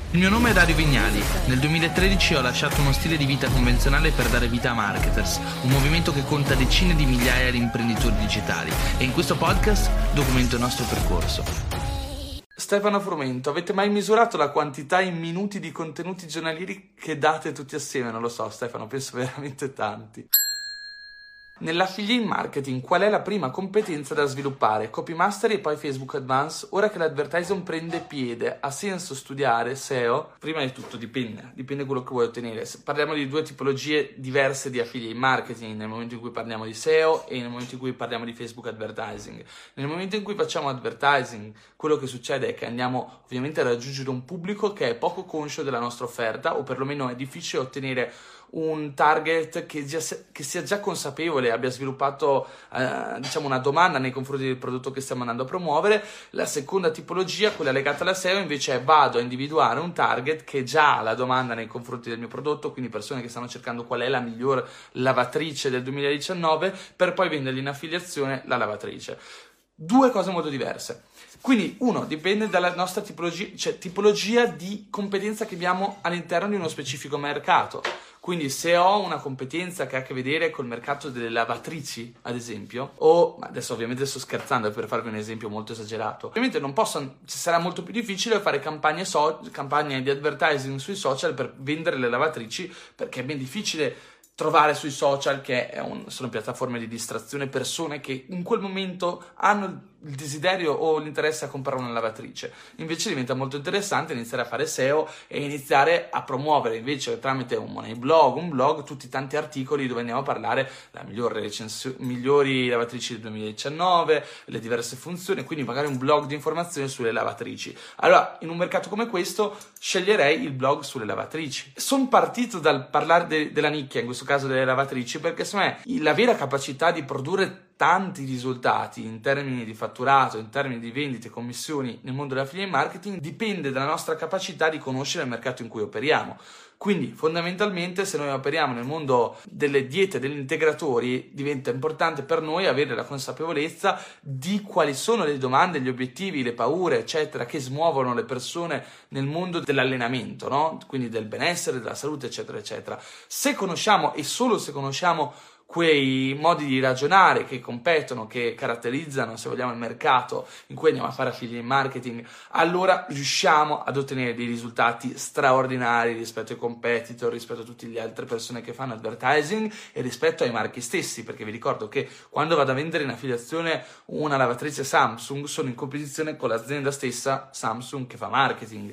Il mio nome è Dario Vignali. Nel 2013 ho lasciato uno stile di vita convenzionale per dare vita a Marketers, un movimento che conta decine di migliaia di imprenditori digitali, e in questo podcast documento il nostro percorso. Stefano Frumento, avete mai misurato la quantità in minuti di contenuti giornalieri che date tutti assieme? Non lo so, Stefano, penso veramente tanti. Nell'affiliate marketing, qual è la prima competenza da sviluppare? Copy Mastery e poi Facebook Advance? Ora che l'advertising prende piede, ha senso studiare SEO? Prima di tutto dipende quello che vuoi ottenere. Parliamo di due tipologie diverse di affiliate marketing, nel momento in cui parliamo di SEO e nel momento in cui parliamo di Facebook Advertising. Nel momento in cui facciamo advertising, quello che succede è che andiamo ovviamente a raggiungere un pubblico che è poco conscio della nostra offerta, o perlomeno è difficile ottenere un target che sia già consapevole, abbia sviluppato una domanda nei confronti del prodotto che stiamo andando a promuovere. La seconda tipologia, quella legata alla SEO, invece è vado a individuare un target che già ha la domanda nei confronti del mio prodotto, quindi persone che stanno cercando qual è la miglior lavatrice del 2019, per poi vendergli in affiliazione la lavatrice. Due cose molto diverse. Quindi uno dipende dalla nostra tipologia di competenza che abbiamo all'interno di uno specifico mercato. Quindi se ho una competenza che ha a che vedere col mercato delle lavatrici, ad esempio, adesso ovviamente sto scherzando per farvi un esempio molto esagerato, ovviamente ci sarà molto più difficile fare campagne di advertising sui social per vendere le lavatrici, perché è ben difficile trovare sui social, che sono piattaforme di distrazione, persone che in quel momento hanno il desiderio o l'interesse a comprare una lavatrice. Invece diventa molto interessante iniziare a fare SEO e iniziare a promuovere invece tramite un blog, tutti i tanti articoli dove andiamo a parlare delle migliori lavatrici del 2019, le diverse funzioni, quindi magari un blog di informazioni sulle lavatrici. Allora, in un mercato come questo sceglierei il blog sulle lavatrici. Sono partito dal parlare della nicchia, in questo caso delle lavatrici, perché secondo me la vera capacità di produrre tanti risultati in termini di fatturato, in termini di vendite, commissioni nel mondo dell'affiliate marketing dipende dalla nostra capacità di conoscere il mercato in cui operiamo. Quindi fondamentalmente, se noi operiamo nel mondo delle diete, degli integratori, diventa importante per noi avere la consapevolezza di quali sono le domande, gli obiettivi, le paure, eccetera, che smuovono le persone nel mondo dell'allenamento, no? Quindi del benessere, della salute, eccetera, eccetera. Se conosciamo, e solo se conosciamo, quei modi di ragionare che competono, che caratterizzano, se vogliamo, il mercato in cui andiamo a fare affiliate marketing, allora riusciamo ad ottenere dei risultati straordinari rispetto ai competitor, rispetto a tutte le altre persone che fanno advertising e rispetto ai marchi stessi, perché vi ricordo che quando vado a vendere in affiliazione una lavatrice Samsung sono in competizione con l'azienda stessa Samsung che fa marketing.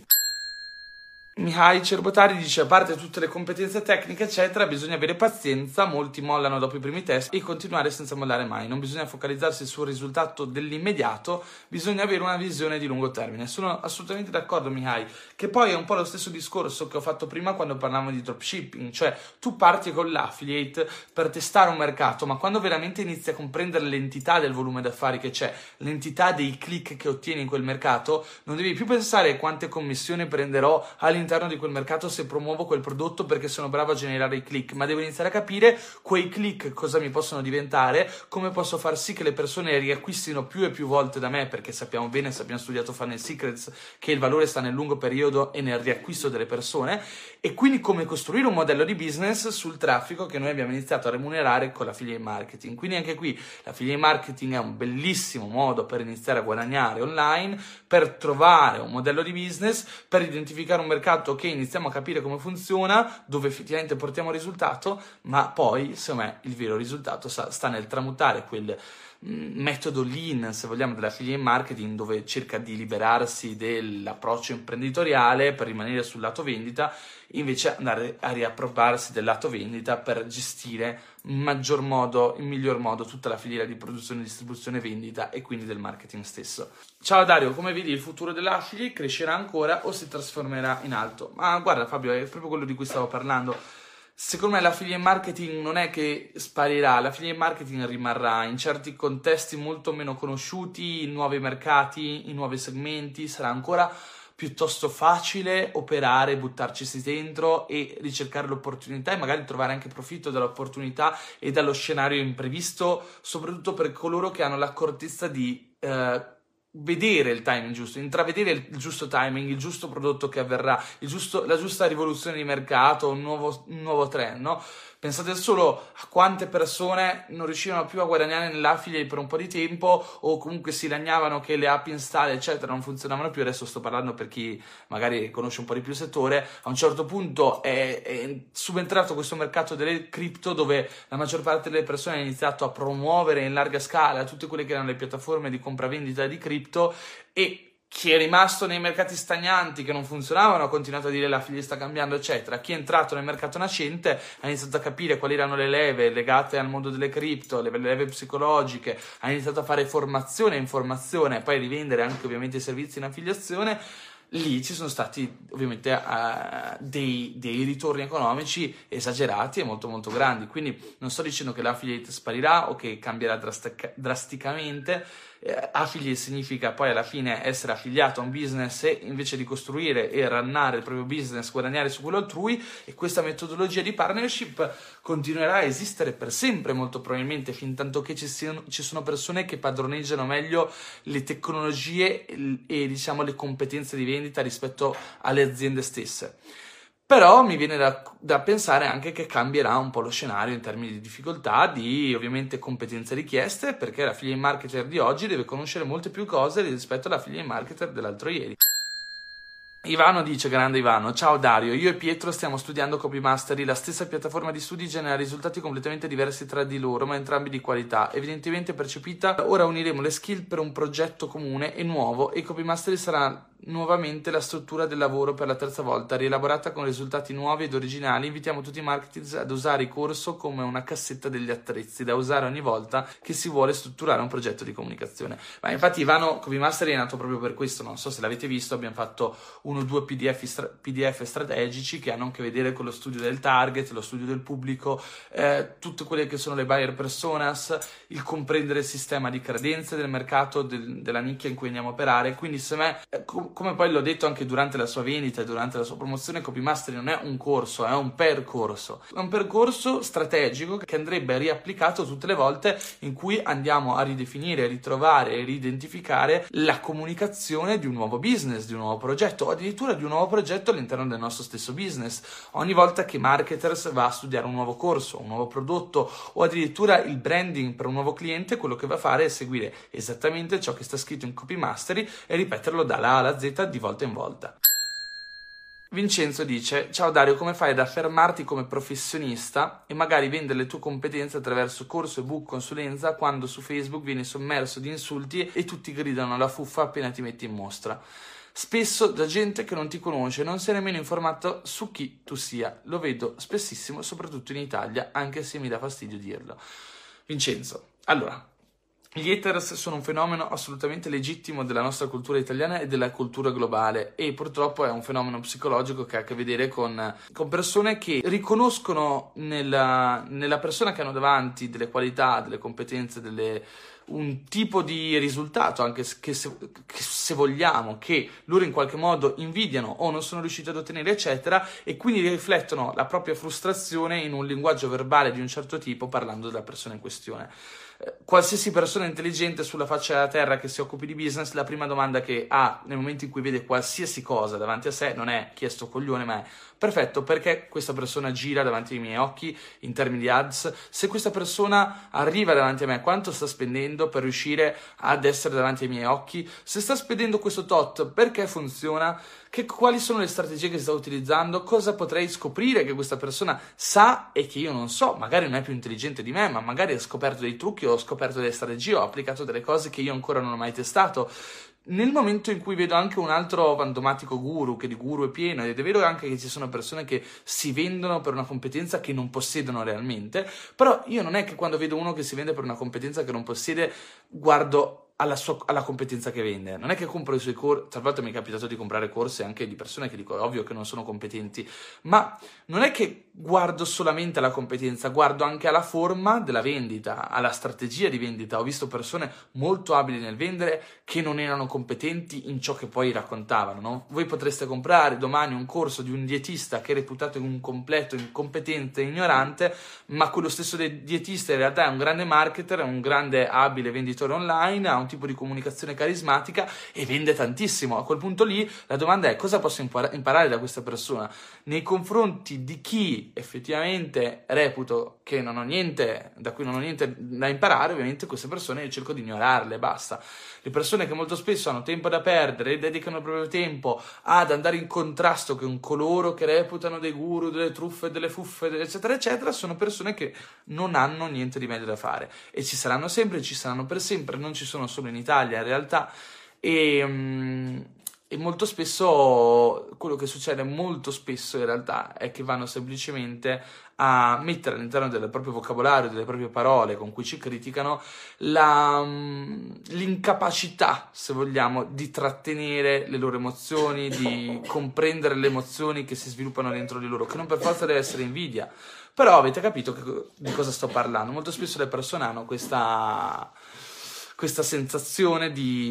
Mihai Cerbotari dice: a parte tutte le competenze tecniche eccetera, bisogna avere pazienza, molti mollano dopo i primi test, e continuare senza mollare mai. Non bisogna focalizzarsi sul risultato dell'immediato, bisogna avere una visione di lungo termine. Sono assolutamente d'accordo, Mihai, che poi è un po' lo stesso discorso che ho fatto prima quando parlavamo di dropshipping, cioè tu parti con l'affiliate per testare un mercato, ma quando veramente inizi a comprendere l'entità del volume d'affari che c'è, l'entità dei click che ottieni in quel mercato, non devi più pensare quante commissioni prenderò all'interno di quel mercato se promuovo quel prodotto perché sono bravo a generare i click, ma devo iniziare a capire quei click cosa mi possono diventare, come posso far sì che le persone riacquistino più e più volte da me, perché sappiamo bene, se abbiamo studiato Funnel Secrets, che il valore sta nel lungo periodo e nel riacquisto delle persone, e quindi come costruire un modello di business sul traffico che noi abbiamo iniziato a remunerare con l'affiliate marketing. Quindi anche qui l'affiliate marketing è un bellissimo modo per iniziare a guadagnare online, per trovare un modello di business, per identificare un mercato che iniziamo a capire come funziona, dove effettivamente portiamo risultato, ma poi secondo me il vero risultato sta nel tramutare quel metodo lean, se vogliamo, dell'affiliate marketing, dove cerca di liberarsi dell'approccio imprenditoriale per rimanere sul lato vendita, invece andare a riappropriarsi del lato vendita per gestire in miglior modo tutta la filiera di produzione, distribuzione, vendita e quindi del marketing stesso. Ciao Dario, come vedi il futuro dell'affiliate crescerà ancora o si trasformerà in alto? Ma guarda Fabio, è proprio quello di cui stavo parlando. Secondo me l'affiliate marketing non è che sparirà, l'affiliate marketing rimarrà in certi contesti molto meno conosciuti, in nuovi mercati, in nuovi segmenti, sarà ancora piuttosto facile operare, buttarci dentro e ricercare l'opportunità e magari trovare anche profitto dall'opportunità e dallo scenario imprevisto, soprattutto per coloro che hanno l'accortezza di vedere il timing giusto, intravedere il giusto timing, il giusto prodotto che avverrà, la giusta rivoluzione di mercato, un nuovo trend, no? Pensate solo a quante persone non riuscivano più a guadagnare nell'affiliate per un po' di tempo, o comunque si lagnavano che le app install eccetera non funzionavano più. Adesso sto parlando per chi magari conosce un po' di più il settore. A un certo punto è subentrato questo mercato delle cripto, dove la maggior parte delle persone ha iniziato a promuovere in larga scala tutte quelle che erano le piattaforme di compravendita di cripto, e chi è rimasto nei mercati stagnanti che non funzionavano ha continuato a dire l'affiliate sta cambiando eccetera. Chi è entrato nel mercato nascente ha iniziato a capire quali erano le leve legate al mondo delle cripto, le leve psicologiche, ha iniziato a fare formazione e informazione e poi a rivendere anche ovviamente i servizi in affiliazione. Lì ci sono stati ovviamente dei ritorni economici esagerati e molto molto grandi. Quindi non sto dicendo che l'affiliate sparirà o che cambierà drasticamente. Affiliate significa poi alla fine essere affiliato a un business e invece di costruire e runnare il proprio business guadagnare su quello altrui, e questa metodologia di partnership continuerà a esistere per sempre molto probabilmente, fin tanto che ci sono persone che padroneggiano meglio le tecnologie e diciamo le competenze di vendita rispetto alle aziende stesse. Però mi viene da pensare anche che cambierà un po' lo scenario in termini di difficoltà, di ovviamente competenze richieste, perché l'affiliate marketer di oggi deve conoscere molte più cose rispetto all'affiliate marketer dell'altro ieri. Ivano dice, grande Ivano, ciao Dario, io e Pietro stiamo studiando Copy Mastery, la stessa piattaforma di studi genera risultati completamente diversi tra di loro, ma entrambi di qualità, evidentemente percepita. Ora uniremo le skill per un progetto comune e nuovo, e Copy Mastery sarà nuovamente la struttura del lavoro per la terza volta, rielaborata con risultati nuovi ed originali. Invitiamo tutti i marketers ad usare il corso come una cassetta degli attrezzi da usare ogni volta che si vuole strutturare un progetto di comunicazione. Ma infatti Ivano, Copy Mastery è nato proprio per questo, non so se l'avete visto, abbiamo fatto 1 o 2 PDF strategici che hanno a che vedere con lo studio del target, lo studio del pubblico, tutte quelle che sono le buyer personas, il comprendere il sistema di credenze del mercato, della nicchia in cui andiamo a operare. Quindi se me, come poi l'ho detto anche durante la sua vendita e durante la sua promozione, Copy Mastery non è un corso, è un percorso. È un percorso strategico che andrebbe riapplicato tutte le volte in cui andiamo a ridefinire, ritrovare e ridentificare la comunicazione di un nuovo business, di un nuovo progetto, o addirittura di un nuovo progetto all'interno del nostro stesso business. Ogni volta che marketers va a studiare un nuovo corso, un nuovo prodotto o addirittura il branding per un nuovo cliente, quello che va a fare è seguire esattamente ciò che sta scritto in Copy Mastery e ripeterlo dalla A alla Z di volta in volta. Vincenzo dice, ciao Dario, come fai ad affermarti come professionista e magari vendere le tue competenze attraverso corso, ebook, consulenza, quando su Facebook vieni sommerso di insulti e tutti gridano alla fuffa appena ti metti in mostra? Spesso da gente che non ti conosce, non sei nemmeno informato su chi tu sia. Lo vedo spessissimo, soprattutto in Italia, anche se mi dà fastidio dirlo. Vincenzo, allora, gli haters sono un fenomeno assolutamente legittimo della nostra cultura italiana e della cultura globale, e purtroppo è un fenomeno psicologico che ha a che vedere con persone che riconoscono nella persona che hanno davanti delle qualità, delle competenze, un tipo di risultato, anche che se vogliamo, che loro in qualche modo invidiano o non sono riusciti ad ottenere, eccetera, e quindi riflettono la propria frustrazione in un linguaggio verbale di un certo tipo, parlando della persona in questione. Qualsiasi persona intelligente sulla faccia della terra che si occupi di business, la prima domanda che ha nel momento in cui vede qualsiasi cosa davanti a sé non è chi è sto coglione, ma è perfetto, perché questa persona gira davanti ai miei occhi in termini di ads? Se questa persona arriva davanti a me, quanto sta spendendo per riuscire ad essere davanti ai miei occhi? Se sta spendendo questo tot, perché funziona? Quali sono le strategie che sta utilizzando? Cosa potrei scoprire che questa persona sa e che io non so? Magari non è più intelligente di me, ma magari ha scoperto dei trucchi, o ho scoperto delle strategie, ho applicato delle cose che io ancora non ho mai testato. Nel momento in cui vedo anche un altro fantomatico guru, che di guru è pieno, ed è vero anche che ci sono persone che si vendono per una competenza che non possiedono realmente, però io non è che quando vedo uno che si vende per una competenza che non possiede, guardo alla competenza che vende. Non è che compro i suoi corsi, talvolta mi è capitato di comprare corsi anche di persone che dico, ovvio che non sono competenti, ma non è che guardo solamente alla competenza, guardo anche alla forma della vendita, alla strategia di vendita. Ho visto persone molto abili nel vendere che non erano competenti in ciò che poi raccontavano, no? Voi potreste comprare domani un corso di un dietista che è reputato un completo incompetente e ignorante, ma quello stesso dietista in realtà è un grande marketer, è un grande abile venditore online, ha un tipo di comunicazione carismatica e vende tantissimo. A quel punto lì la domanda è: cosa posso imparare da questa persona? Nei confronti di chi effettivamente reputo che non ho niente, da cui non ho niente da imparare, ovviamente queste persone io cerco di ignorarle, basta. Le persone che molto spesso hanno tempo da perdere, dedicano il proprio tempo ad andare in contrasto con coloro che reputano dei guru, delle truffe, delle fuffe, eccetera, eccetera, sono persone che non hanno niente di meglio da fare. E ci saranno sempre, ci saranno per sempre, non ci sono solo in Italia in realtà. E molto spesso, quello che succede molto spesso in realtà è che vanno semplicemente a mettere all'interno del proprio vocabolario, delle proprie parole con cui ci criticano, l'incapacità, se vogliamo, di trattenere le loro emozioni, di comprendere le emozioni che si sviluppano dentro di loro, che non per forza deve essere invidia. Però avete capito di cosa sto parlando. Molto spesso le persone hanno questa sensazione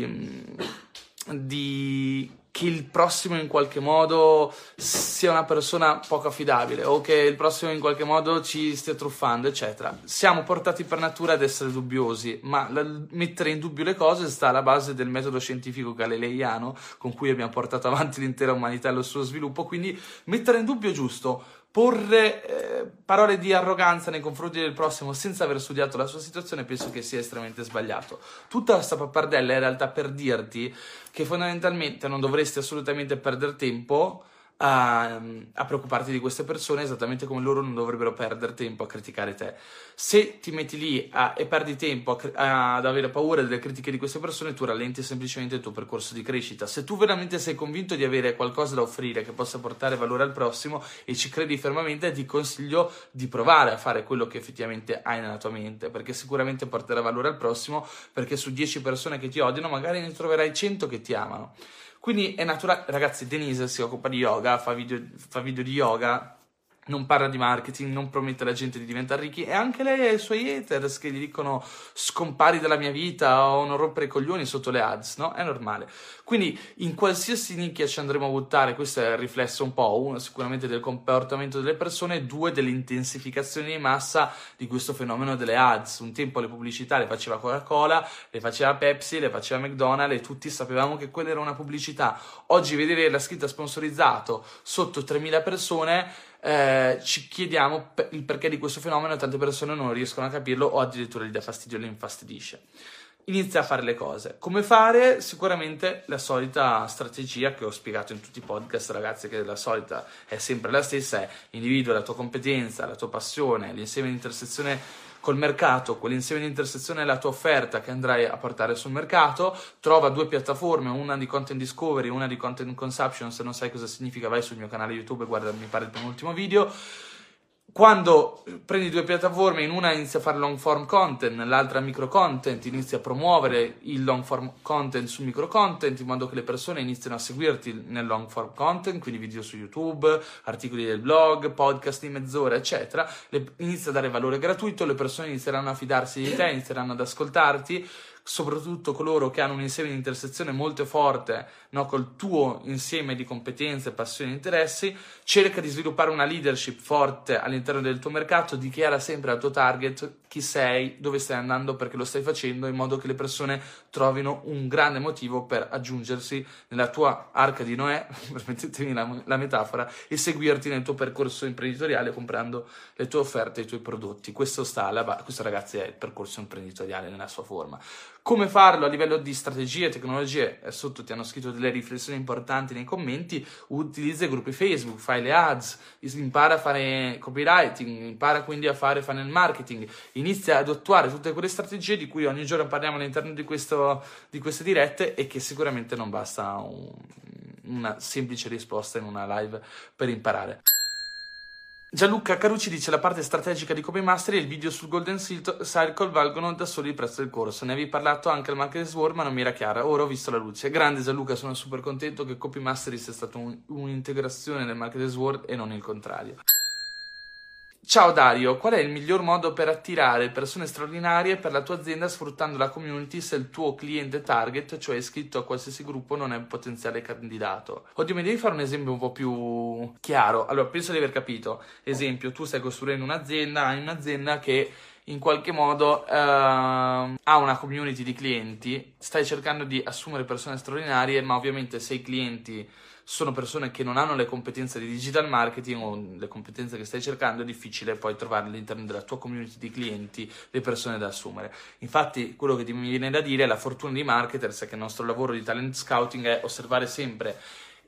che il prossimo in qualche modo sia una persona poco affidabile o che il prossimo in qualche modo ci stia truffando, eccetera. Siamo portati per natura ad essere dubbiosi, ma mettere in dubbio le cose sta alla base del metodo scientifico galileiano con cui abbiamo portato avanti l'intera umanità e lo suo sviluppo. Quindi mettere in dubbio è giusto. Porre parole di arroganza nei confronti del prossimo senza aver studiato la sua situazione penso che sia estremamente sbagliato. Tutta questa pappardella è in realtà per dirti che fondamentalmente non dovresti assolutamente perdere tempo a preoccuparti di queste persone, esattamente come loro non dovrebbero perdere tempo a criticare te. Se ti metti lì e perdi tempo ad avere paura delle critiche di queste persone, tu rallenti semplicemente il tuo percorso di crescita. Se tu veramente sei convinto di avere qualcosa da offrire che possa portare valore al prossimo e ci credi fermamente, ti consiglio di provare a fare quello che effettivamente hai nella tua mente, perché sicuramente porterà valore al prossimo, perché su 10 persone che ti odiano magari ne troverai 100 che ti amano. Quindi è naturale, ragazzi. Denise si occupa di yoga, fa video di yoga, non parla di marketing, non promette alla gente di diventare ricchi, e anche lei ha i suoi haters che gli dicono scompari dalla mia vita o non rompere i coglioni sotto le ads, no? È normale. Quindi in qualsiasi nicchia ci andremo a buttare, questo è il riflesso un po', uno sicuramente del comportamento delle persone, due dell'intensificazione di massa di questo fenomeno delle ads. Un tempo le pubblicità le faceva Coca-Cola, le faceva Pepsi, le faceva McDonald's e tutti sapevamo che quella era una pubblicità. Oggi vedere la scritta sponsorizzato sotto 3.000 persone, ci chiediamo il perché di questo fenomeno. Tante persone non riescono a capirlo o addirittura gli dà fastidio, li infastidisce. Inizia a fare le cose. Come fare? Sicuramente la solita strategia che ho spiegato in tutti i podcast, ragazzi, che la solita è sempre la stessa, è individua la tua competenza, la tua passione, l'insieme di intersezione col mercato, quell'insieme di intersezione è la tua offerta che andrai a portare sul mercato. Trova 2 piattaforme, una di content discovery, una di content consumption. Se non sai cosa significa, vai sul mio canale YouTube e guarda, mi pare il penultimo video. Quando prendi 2 piattaforme, in una inizi a fare long form content, nell'altra micro content, inizi a promuovere il long form content sul micro content in modo che le persone iniziano a seguirti nel long form content, quindi video su YouTube, articoli del blog, podcast di mezz'ora, eccetera. Inizi a dare valore gratuito, le persone inizieranno a fidarsi di te, inizieranno ad ascoltarti, soprattutto coloro che hanno un insieme di intersezione molto forte, no, col tuo insieme di competenze, passioni e interessi. Cerca di sviluppare una leadership forte all'interno del tuo mercato, dichiara sempre al tuo target chi sei, dove stai andando, perché lo stai facendo, in modo che le persone trovino un grande motivo per aggiungersi nella tua arca di Noè, permettetemi la metafora, e seguirti nel tuo percorso imprenditoriale comprando le tue offerte e i tuoi prodotti. Questo ragazzi è il percorso imprenditoriale nella sua forma. Come farlo a livello di strategie, tecnologie? Sotto ti hanno scritto delle riflessioni importanti nei commenti. Utilizza i gruppi Facebook, fai le ads, impara a fare copywriting, impara quindi a fare funnel marketing, inizia ad attuare tutte quelle strategie di cui ogni giorno parliamo all'interno di queste dirette, e che sicuramente non basta una semplice risposta in una live per imparare. Gianluca Carucci dice: la parte strategica di Copy Mastery e il video sul Golden Circle valgono da soli il prezzo del corso. Ne avevi parlato anche al Market Sword, ma non mi era chiara. Ora ho visto la luce. Grande Gianluca, sono super contento che Copy Mastery sia stato un'integrazione del Market Sword e non il contrario. Ciao Dario, qual è il miglior modo per attirare persone straordinarie per la tua azienda sfruttando la community se il tuo cliente target, cioè iscritto a qualsiasi gruppo, non è un potenziale candidato? Oddio, mi devi fare un esempio un po' più chiaro. Allora, penso di aver capito. Esempio, tu stai costruendo un'azienda, hai un'azienda che in qualche modo ha una community di clienti, stai cercando di assumere persone straordinarie, ma ovviamente se i clienti sono persone che non hanno le competenze di digital marketing o le competenze che stai cercando, è difficile poi trovare all'interno della tua community di clienti le persone da assumere. Infatti quello che mi viene da dire, la fortuna di marketers, è che il nostro lavoro di talent scouting è osservare sempre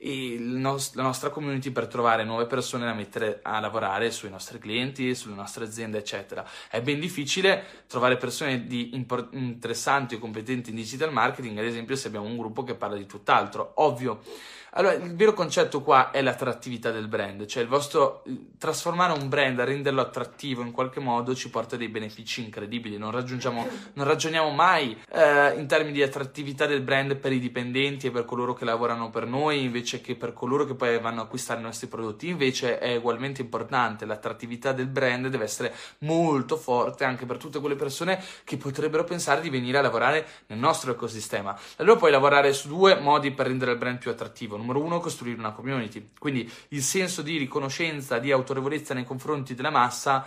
la nostra community per trovare nuove persone da mettere a lavorare sui nostri clienti, sulle nostre aziende, eccetera. È ben difficile trovare persone interessanti o competenti in digital marketing, ad esempio, se abbiamo un gruppo che parla di tutt'altro, ovvio. Allora, il vero concetto qua è l'attrattività del brand, cioè trasformare un brand, a renderlo attrattivo in qualche modo, ci porta dei benefici incredibili. Non ragioniamo mai in termini di attrattività del brand per i dipendenti e per coloro che lavorano per noi, invece che per coloro che poi vanno a acquistare i nostri prodotti. Invece è ugualmente importante, l'attrattività del brand deve essere molto forte anche per tutte quelle persone che potrebbero pensare di venire a lavorare nel nostro ecosistema. Allora puoi lavorare su due modi per rendere il brand più attrattivo. Numero uno, costruire una community, quindi il senso di riconoscenza, di autorevolezza nei confronti della massa,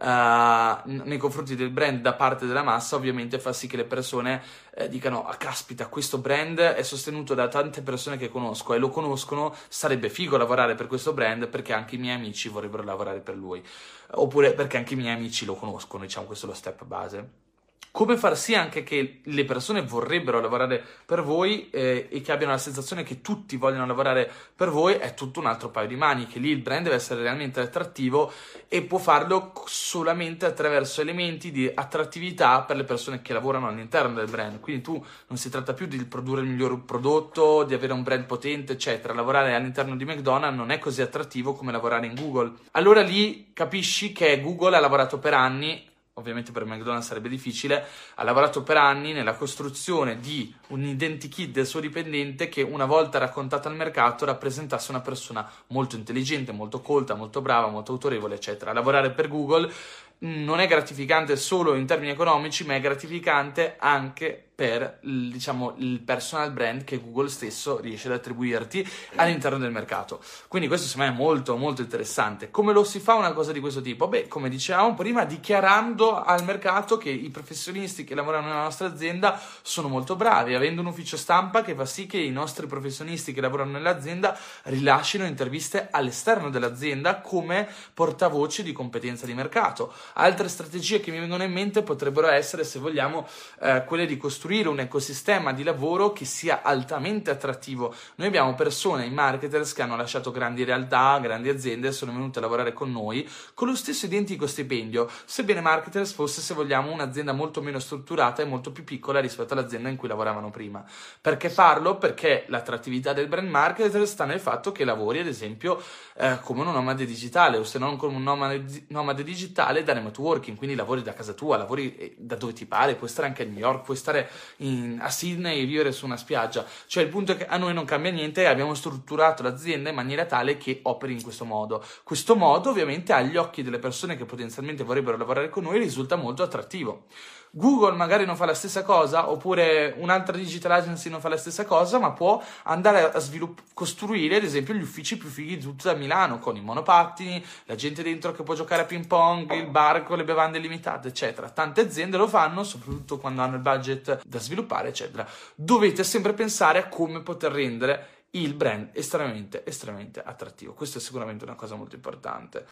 nei confronti del brand da parte della massa, ovviamente fa sì che le persone dicano: ah, caspita, questo brand è sostenuto da tante persone che conosco e lo conoscono, sarebbe figo lavorare per questo brand perché anche i miei amici vorrebbero lavorare per lui, oppure perché anche i miei amici lo conoscono. Diciamo, questo è lo step base. Come far sì anche che le persone vorrebbero lavorare per voi e che abbiano la sensazione che tutti vogliono lavorare per voi, è tutto un altro paio di maniche. Lì il brand deve essere realmente attrattivo e può farlo solamente attraverso elementi di attrattività per le persone che lavorano all'interno del brand. Quindi non si tratta più di produrre il miglior prodotto, di avere un brand potente, eccetera. Lavorare all'interno di McDonald's non è così attrattivo come lavorare in Google. Allora lì capisci che Google ha lavorato per anni. Ovviamente per McDonald's sarebbe difficile, ha lavorato per anni nella costruzione di un identikit del suo dipendente che, una volta raccontato al mercato, rappresentasse una persona molto intelligente, molto colta, molto brava, molto autorevole, eccetera. Lavorare per Google non è gratificante solo in termini economici, ma è gratificante anche per, diciamo, il personal brand che Google stesso riesce ad attribuirti all'interno del mercato. Quindi questo secondo me è molto molto interessante. Come lo si fa una cosa di questo tipo? Beh, come dicevamo prima, dichiarando al mercato che i professionisti che lavorano nella nostra azienda sono molto bravi, avendo un ufficio stampa che fa sì che i nostri professionisti che lavorano nell'azienda rilascino interviste all'esterno dell'azienda come portavoce di competenza di mercato. Altre strategie che mi vengono in mente potrebbero essere, se vogliamo, quelle di costruire un ecosistema di lavoro che sia altamente attrattivo. Noi abbiamo persone, i marketers, che hanno lasciato grandi realtà, grandi aziende e sono venute a lavorare con noi con lo stesso identico stipendio, sebbene marketers fosse, se vogliamo, un'azienda molto meno strutturata e molto più piccola rispetto all'azienda in cui lavoravano prima. Perché farlo? Perché l'attrattività del brand marketer sta nel fatto che lavori, ad esempio, come un nomade digitale, o se non come un nomade digitale da remote working, quindi lavori da casa tua, lavori da dove ti pare, puoi stare anche a New York, puoi stare a Sydney e vivere su una spiaggia. Cioè, il punto è che a noi non cambia niente e abbiamo strutturato l'azienda in maniera tale che operi in questo modo. Questo modo, ovviamente, agli occhi delle persone che potenzialmente vorrebbero lavorare con noi, risulta molto attrattivo. Google magari non fa la stessa cosa, oppure un'altra digital agency non fa la stessa cosa, ma può andare a costruire, ad esempio, gli uffici più fighi di tutto da Milano, con i monopattini, la gente dentro che può giocare a ping pong, il bar con le bevande illimitate, eccetera. Tante aziende lo fanno, soprattutto quando hanno il budget da sviluppare, eccetera. Dovete sempre pensare a come poter rendere il brand estremamente, estremamente attrattivo. Questa è sicuramente una cosa molto importante.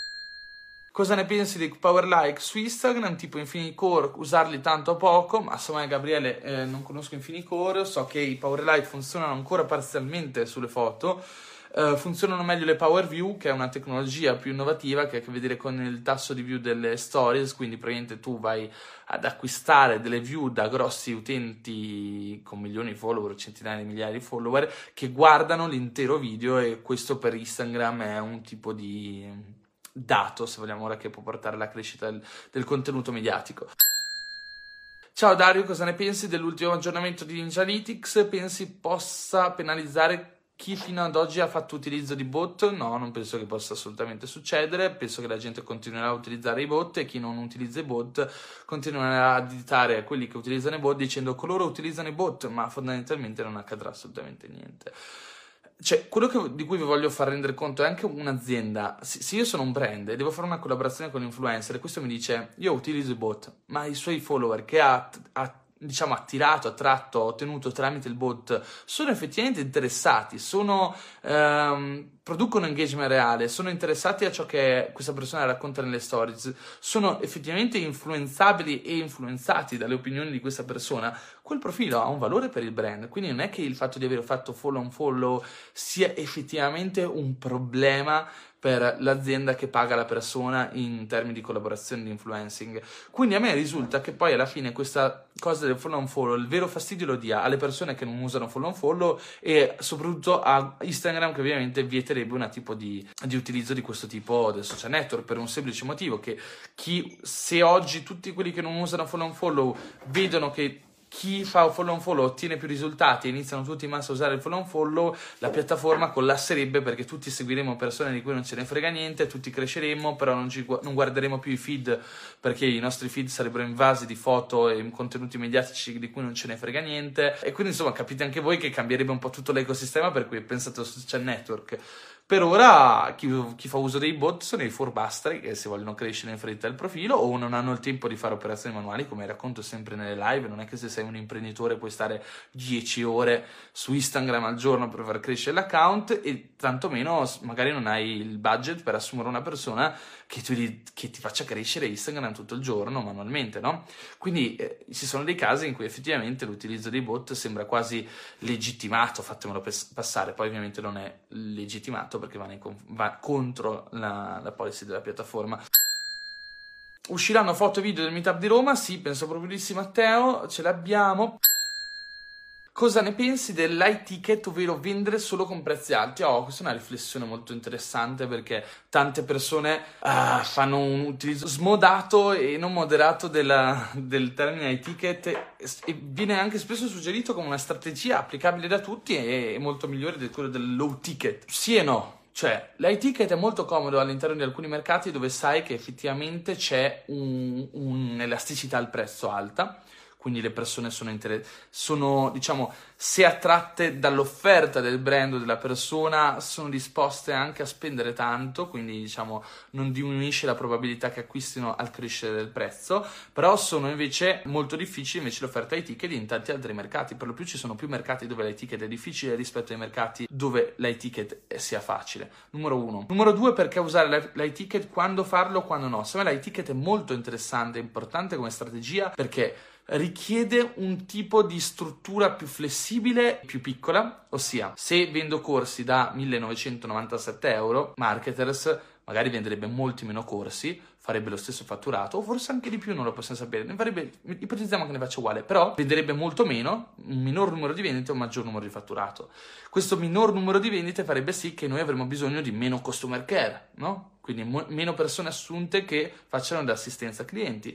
Cosa ne pensi dei power like su Instagram, tipo Infinicore, usarli tanto o poco? Ma insomma, Gabriele, non conosco Infinicore, so che i power like funzionano ancora parzialmente sulle foto, funzionano meglio le Power View, che è una tecnologia più innovativa che ha a che vedere con il tasso di view delle stories, quindi praticamente tu vai ad acquistare delle view da grossi utenti con milioni di follower, centinaia di migliaia di follower, che guardano l'intero video, e questo per Instagram è un tipo di dato, se vogliamo, ora, che può portare alla crescita del contenuto mediatico. Ciao Dario, cosa ne pensi dell'ultimo aggiornamento di Ninja Analytics? Pensi possa penalizzare chi fino ad oggi ha fatto utilizzo di bot? No, non penso che possa assolutamente succedere. Penso che la gente continuerà a utilizzare i bot, e chi non utilizza i bot continuerà a additare quelli che utilizzano i bot dicendo che loro utilizzano i bot, ma fondamentalmente non accadrà assolutamente niente. cioè, quello di cui vi voglio far rendere conto è anche un'azienda. Se io sono un brand e devo fare una collaborazione con l'influencer e questo mi dice io utilizzo i bot, ma i suoi follower che diciamo attratto, ottenuto tramite il bot sono effettivamente interessati, producono engagement reale, sono interessati a ciò che questa persona racconta nelle stories, sono effettivamente influenzabili e influenzati dalle opinioni di questa persona, quel profilo ha un valore per il brand. Quindi non è che il fatto di aver fatto follow on follow sia effettivamente un problema per l'azienda che paga la persona in termini di collaborazione di influencing. Quindi a me risulta che poi alla fine questa cosa del follow on follow il vero fastidio lo dia alle persone che non usano follow on follow e soprattutto a Instagram, che ovviamente vieterebbe un tipo di utilizzo di questo tipo del social network, per un semplice motivo: che se oggi tutti quelli che non usano follow on follow vedono che chi fa follow on follow ottiene più risultati e iniziano tutti in massa a usare il follow on follow, la piattaforma collasserebbe, perché tutti seguiremo persone di cui non ce ne frega niente, tutti cresceremo, però non guarderemo più i feed, perché i nostri feed sarebbero invasi di foto e contenuti mediatici di cui non ce ne frega niente. E quindi insomma capite anche voi che cambierebbe un po' tutto l'ecosistema per cui pensate al social network. Per ora chi fa uso dei bot sono i furbastri che si vogliono crescere in fretta il profilo o non hanno il tempo di fare operazioni manuali, come racconto sempre nelle live. Non è che se sei un imprenditore puoi stare 10 ore su Instagram al giorno per far crescere l'account, e tantomeno magari non hai il budget per assumere una persona che ti faccia crescere Instagram tutto il giorno manualmente, no? Quindi ci sono dei casi in cui effettivamente l'utilizzo dei bot sembra quasi legittimato, fatemelo passare. Poi ovviamente non è legittimato perché va contro la policy della piattaforma. Usciranno foto e video del meetup di Roma? Sì, penso proprio di sì, Matteo, ce l'abbiamo. Cosa ne pensi dell'high ticket, ovvero vendere solo con prezzi alti? Questa è una riflessione molto interessante, perché tante persone fanno un utilizzo smodato e non moderato del termine high ticket, e viene anche spesso suggerito come una strategia applicabile da tutti e molto migliore di quello del low ticket. Sì e no. Cioè, l'high ticket è molto comodo all'interno di alcuni mercati dove sai che effettivamente c'è un'elasticità al prezzo alta. Quindi le persone sono, diciamo, se attratte dall'offerta del brand o della persona, sono disposte anche a spendere tanto, quindi diciamo non diminuisce la probabilità che acquistino al crescere del prezzo. Però sono invece molto difficili invece l'offerta high ticket in tanti altri mercati. Per lo più ci sono più mercati dove l'high ticket è difficile rispetto ai mercati dove l'high ticket sia facile. Numero 1. Numero 2, perché usare l'high ticket, quando farlo, quando no. Secondo me l'high ticket è molto interessante e importante come strategia, perché richiede un tipo di struttura più flessibile, più piccola. Ossia, se vendo corsi da 1997 euro, Marketers magari venderebbe molti meno corsi, farebbe lo stesso fatturato, o forse anche di più, non lo possiamo sapere. Ipotizziamo che ne faccia uguale, però venderebbe molto meno, un minor numero di vendite e un maggior numero di fatturato. Questo minor numero di vendite farebbe sì che noi avremo bisogno di meno customer care, no? Quindi meno persone assunte che facciano l'assistenza clienti.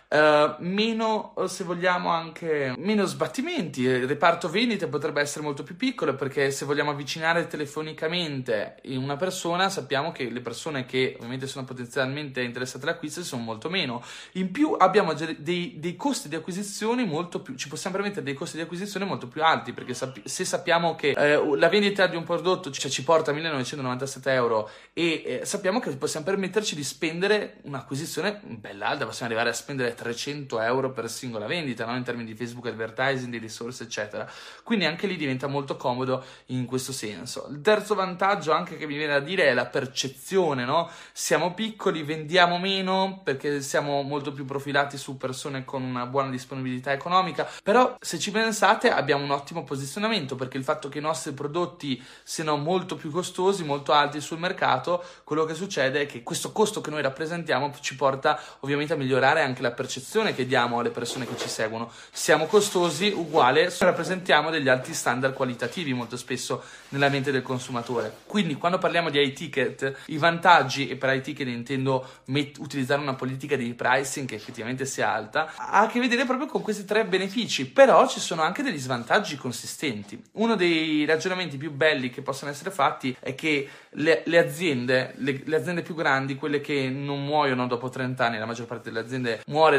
Meno, se vogliamo, anche meno sbattimenti. Il reparto vendite potrebbe essere molto più piccolo, perché se vogliamo avvicinare telefonicamente una persona, sappiamo che le persone che ovviamente sono potenzialmente interessate all'acquisto sono molto meno. In più abbiamo dei costi di acquisizione molto più, ci possiamo permettere dei costi di acquisizione molto più alti, perché se sappiamo che la vendita di un prodotto ci porta a 1997 euro e sappiamo che possiamo permetterci di spendere un'acquisizione bella alta, possiamo arrivare a spendere 300 euro per singola vendita, no? In termini di Facebook advertising, di risorse eccetera. Quindi anche lì diventa molto comodo in questo senso. Il terzo vantaggio anche che mi viene da dire è la percezione, no? Siamo piccoli, vendiamo meno perché siamo molto più profilati su persone con una buona disponibilità economica, però se ci pensate abbiamo un ottimo posizionamento, perché il fatto che i nostri prodotti siano molto più costosi, molto alti sul mercato, quello che succede è che questo costo che noi rappresentiamo ci porta ovviamente a migliorare anche la percezione che diamo alle persone che ci seguono. Siamo costosi, uguale, rappresentiamo degli alti standard qualitativi molto spesso nella mente del consumatore. Quindi quando parliamo di high ticket, i vantaggi, e per high ticket intendo utilizzare una politica di pricing che effettivamente sia alta, ha a che vedere proprio con questi tre benefici. Però ci sono anche degli svantaggi consistenti. Uno dei ragionamenti più belli che possono essere fatti è che le aziende più grandi, quelle che non muoiono dopo 30 anni, la maggior parte delle aziende muore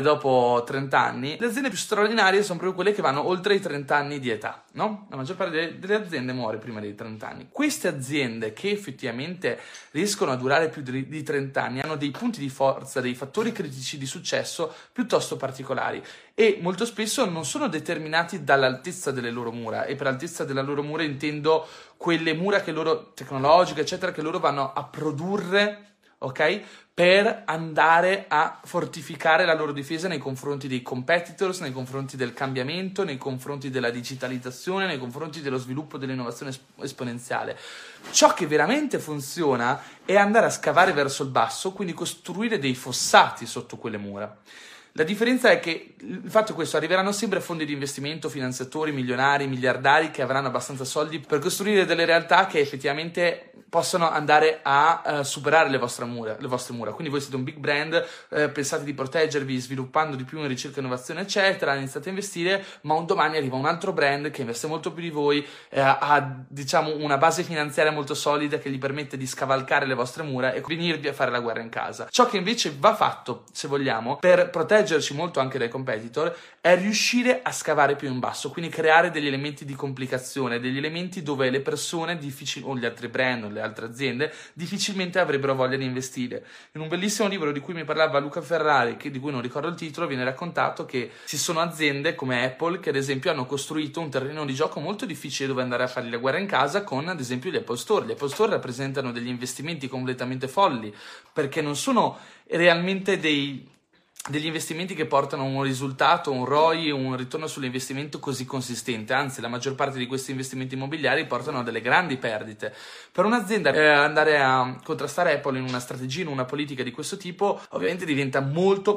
muore dopo 30 anni, le aziende più straordinarie sono proprio quelle che vanno oltre i 30 anni di età, no? La maggior parte delle aziende muore prima dei 30 anni. Queste aziende che effettivamente riescono a durare più di 30 anni hanno dei punti di forza, dei fattori critici di successo piuttosto particolari e molto spesso non sono determinati dall'altezza delle loro mura, e per altezza della loro mura intendo quelle mura che loro, tecnologiche eccetera, che loro vanno a produrre, ok? Per andare a fortificare la loro difesa nei confronti dei competitors, nei confronti del cambiamento, nei confronti della digitalizzazione, nei confronti dello sviluppo dell'innovazione esponenziale. Ciò che veramente funziona è andare a scavare verso il basso, quindi costruire dei fossati sotto quelle mura. La differenza è che il fatto è questo: arriveranno sempre fondi di investimento, finanziatori, milionari, miliardari che avranno abbastanza soldi per costruire delle realtà che effettivamente possono andare a superare le vostre mura. Quindi voi siete un big brand, pensate di proteggervi sviluppando di più in ricerca e innovazione eccetera, iniziate a investire, ma un domani arriva un altro brand che investe molto più di voi, ha diciamo una base finanziaria molto solida che gli permette di scavalcare le vostre mura e venirvi a fare la guerra in casa. Ciò che invece va fatto, se vogliamo, per proteggerci molto anche dai competitor, è riuscire a scavare più in basso, quindi creare degli elementi di complicazione, degli elementi dove le persone o gli altri brand o le altre aziende difficilmente avrebbero voglia di investire. In un bellissimo libro di cui mi parlava Luca Ferrari, di cui non ricordo il titolo, viene raccontato che ci sono aziende come Apple che ad esempio hanno costruito un terreno di gioco molto difficile dove andare a fare la guerra in casa con ad esempio gli Apple Store. Gli Apple Store rappresentano degli investimenti completamente folli perché non sono realmente degli investimenti che portano un risultato, un ROI, un ritorno sull'investimento così consistente, anzi la maggior parte di questi investimenti immobiliari portano a delle grandi perdite. Per un'azienda andare a contrastare Apple in una strategia, in una politica di questo tipo, ovviamente diventa molto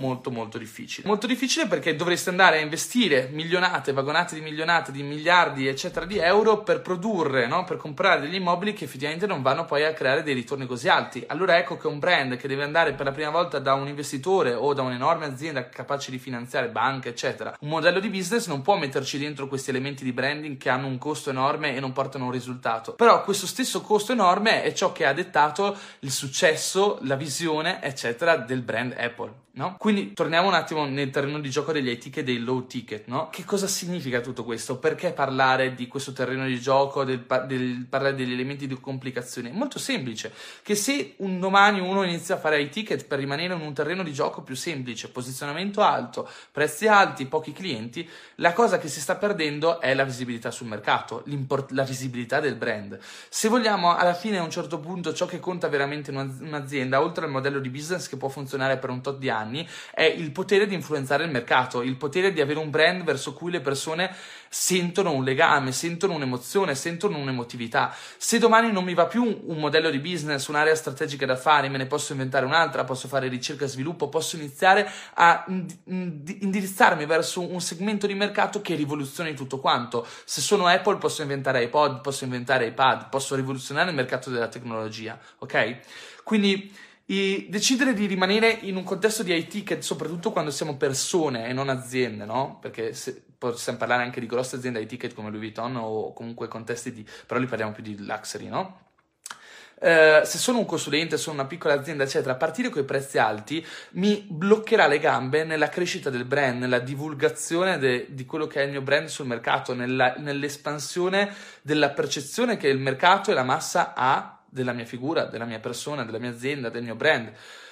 difficile. Molto difficile perché dovreste andare a investire vagonate di milionate, di miliardi eccetera di euro per produrre, no? Per comprare degli immobili che effettivamente non vanno poi a creare dei ritorni così alti. Allora ecco che un brand che deve andare per la prima volta da un investitore o da un'enorme azienda capace di finanziare banche eccetera, un modello di business non può metterci dentro questi elementi di branding che hanno un costo enorme e non portano un risultato. Però questo stesso costo enorme è ciò che ha dettato il successo, la visione eccetera del brand Apple, no? Quindi torniamo un attimo nel terreno di gioco degli high ticket e dei low ticket, no? Che cosa significa tutto questo? Perché parlare di questo terreno di gioco, parlare degli elementi di complicazione? È molto semplice, che se un domani uno inizia a fare high ticket per rimanere in un terreno di gioco più semplice, posizionamento alto, prezzi alti, pochi clienti, la cosa che si sta perdendo è la visibilità sul mercato, la visibilità del brand. Se vogliamo, alla fine a un certo punto ciò che conta veramente in un'azienda, oltre al modello di business che può funzionare per un tot di anni, è il potere di influenzare il mercato, il potere di avere un brand verso cui le persone sentono un legame, sentono un'emozione, sentono un'emotività. Se domani non mi va più un modello di business, un'area strategica da fare, me ne posso inventare un'altra, posso fare ricerca e sviluppo, posso iniziare a indirizzarmi verso un segmento di mercato che rivoluzioni tutto quanto. Se sono Apple posso inventare iPod, posso inventare iPad, posso rivoluzionare il mercato della tecnologia, ok? Quindi decidere di rimanere in un contesto di high ticket, soprattutto quando siamo persone e non aziende, no? Perché possiamo parlare anche di grosse aziende high ticket come Louis Vuitton o comunque contesti però lì parliamo più di luxury, no? Se sono un consulente, sono una piccola azienda eccetera, partire con i prezzi alti mi bloccherà le gambe nella crescita del brand, nella divulgazione di quello che è il mio brand sul mercato, nell'espansione della percezione che il mercato e la massa ha della mia figura, della mia persona, della mia azienda, del mio brand.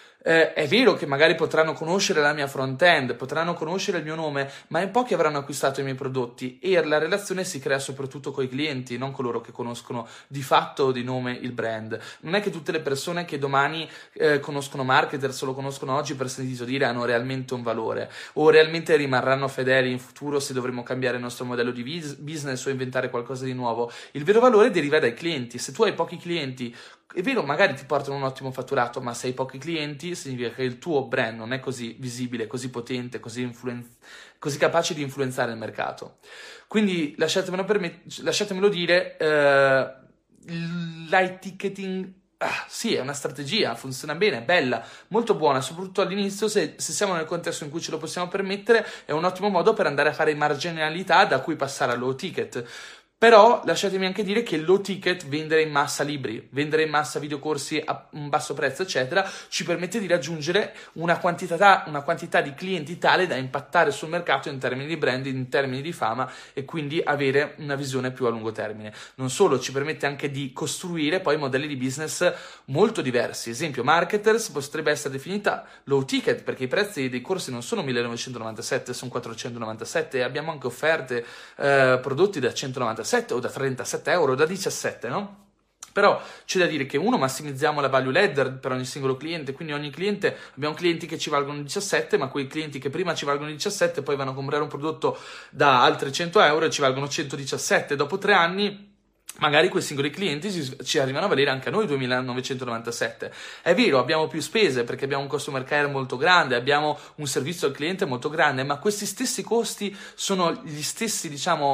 È vero che magari potranno conoscere la mia front-end, potranno conoscere il mio nome, ma in pochi avranno acquistato i miei prodotti e la relazione si crea soprattutto con i clienti, non coloro che conoscono di fatto o di nome il brand. Non è che tutte le persone che domani conoscono marketers o lo conoscono oggi per sentito dire hanno realmente un valore o realmente rimarranno fedeli in futuro se dovremo cambiare il nostro modello di business o inventare qualcosa di nuovo. Il vero valore deriva dai clienti. Se tu hai pochi clienti, è vero, magari ti portano un ottimo fatturato, ma se hai pochi clienti significa che il tuo brand non è così visibile, così potente, così capace di influenzare il mercato. Quindi lasciatemelo dire, l'high ticketing sì, è una strategia, funziona bene, è bella, molto buona, soprattutto all'inizio se siamo nel contesto in cui ce lo possiamo permettere, è un ottimo modo per andare a fare marginalità da cui passare al low ticket. Però lasciatemi anche dire che low ticket, vendere in massa libri, vendere in massa videocorsi a un basso prezzo, eccetera, ci permette di raggiungere una quantità di clienti tale da impattare sul mercato in termini di brand, in termini di fama, e quindi avere una visione più a lungo termine. Non solo, ci permette anche di costruire poi modelli di business molto diversi. Esempio, Marketers potrebbe essere definita low ticket perché i prezzi dei corsi non sono 1997, sono 497, e abbiamo anche offerte prodotti da 197 o da 37 euro o da 17, no? Però c'è da dire che massimizziamo la value ladder per ogni singolo cliente, quindi ogni cliente, abbiamo clienti che ci valgono 17, ma quei clienti che prima ci valgono 17 poi vanno a comprare un prodotto da altri 100 euro e ci valgono 117, dopo 3 anni magari quei singoli clienti ci arrivano a valere anche a noi 2.997. È vero, abbiamo più spese perché abbiamo un customer care molto grande, abbiamo un servizio al cliente molto grande, ma questi stessi costi sono gli stessi,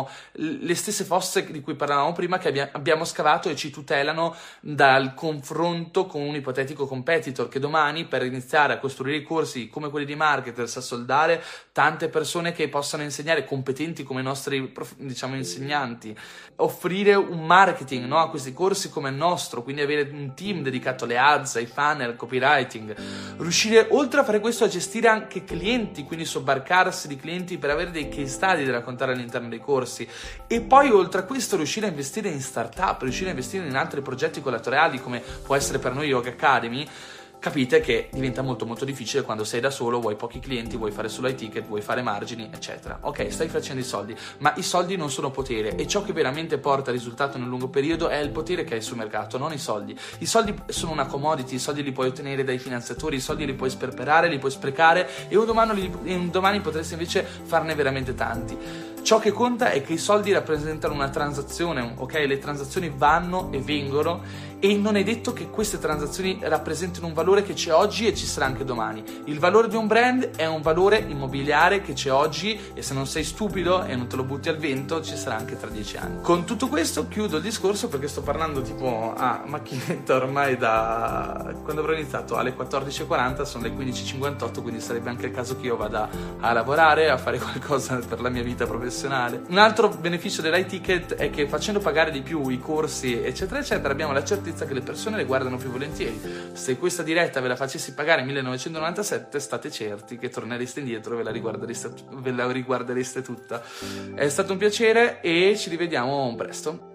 le stesse fosse di cui parlavamo prima, che abbiamo scavato e ci tutelano dal confronto con un ipotetico competitor che domani, per iniziare a costruire i corsi come quelli di Marketers, a soldare tante persone che possano insegnare, competenti come i nostri insegnanti, offrire un marketing, no, a questi corsi come il nostro, quindi avere un team dedicato alle ads, ai funnel, al copywriting, riuscire oltre a fare questo a gestire anche clienti, quindi sobbarcarsi di clienti per avere dei case study da raccontare all'interno dei corsi, e poi oltre a questo riuscire a investire in startup, riuscire a investire in altri progetti collaterali come può essere per noi Yoga Academy. Capite che diventa molto molto difficile quando sei da solo, vuoi pochi clienti, vuoi fare solo i ticket, vuoi fare margini, eccetera. Ok, stai facendo i soldi, ma i soldi non sono potere, e ciò che veramente porta risultato nel lungo periodo è il potere che hai sul mercato, non i soldi. I soldi sono una commodity, i soldi li puoi ottenere dai finanziatori, i soldi li puoi sperperare, li puoi sprecare, e un domani potresti invece farne veramente tanti. Ciò che conta è che i soldi rappresentano una transazione, ok? Le transazioni vanno e vengono, e non è detto che queste transazioni rappresentino un valore che c'è oggi e ci sarà anche domani. Il valore di un brand è un valore immobiliare che c'è oggi, e se non sei stupido e non te lo butti al vento ci sarà anche tra 10 anni. Con tutto questo chiudo il discorso, perché sto parlando tipo a macchinetta ormai da quando avrò iniziato alle 14.40, sono le 15.58, quindi sarebbe anche il caso che io vada a lavorare, a fare qualcosa per la mia vita professionale. Un altro beneficio dell'high ticket è che, facendo pagare di più i corsi eccetera eccetera, abbiamo la certezza che le persone le guardano più volentieri. Se questa diretta ve la facessi pagare 1.997, state certi che tornereste indietro e ve la riguardereste tutta. È stato un piacere e ci rivediamo presto.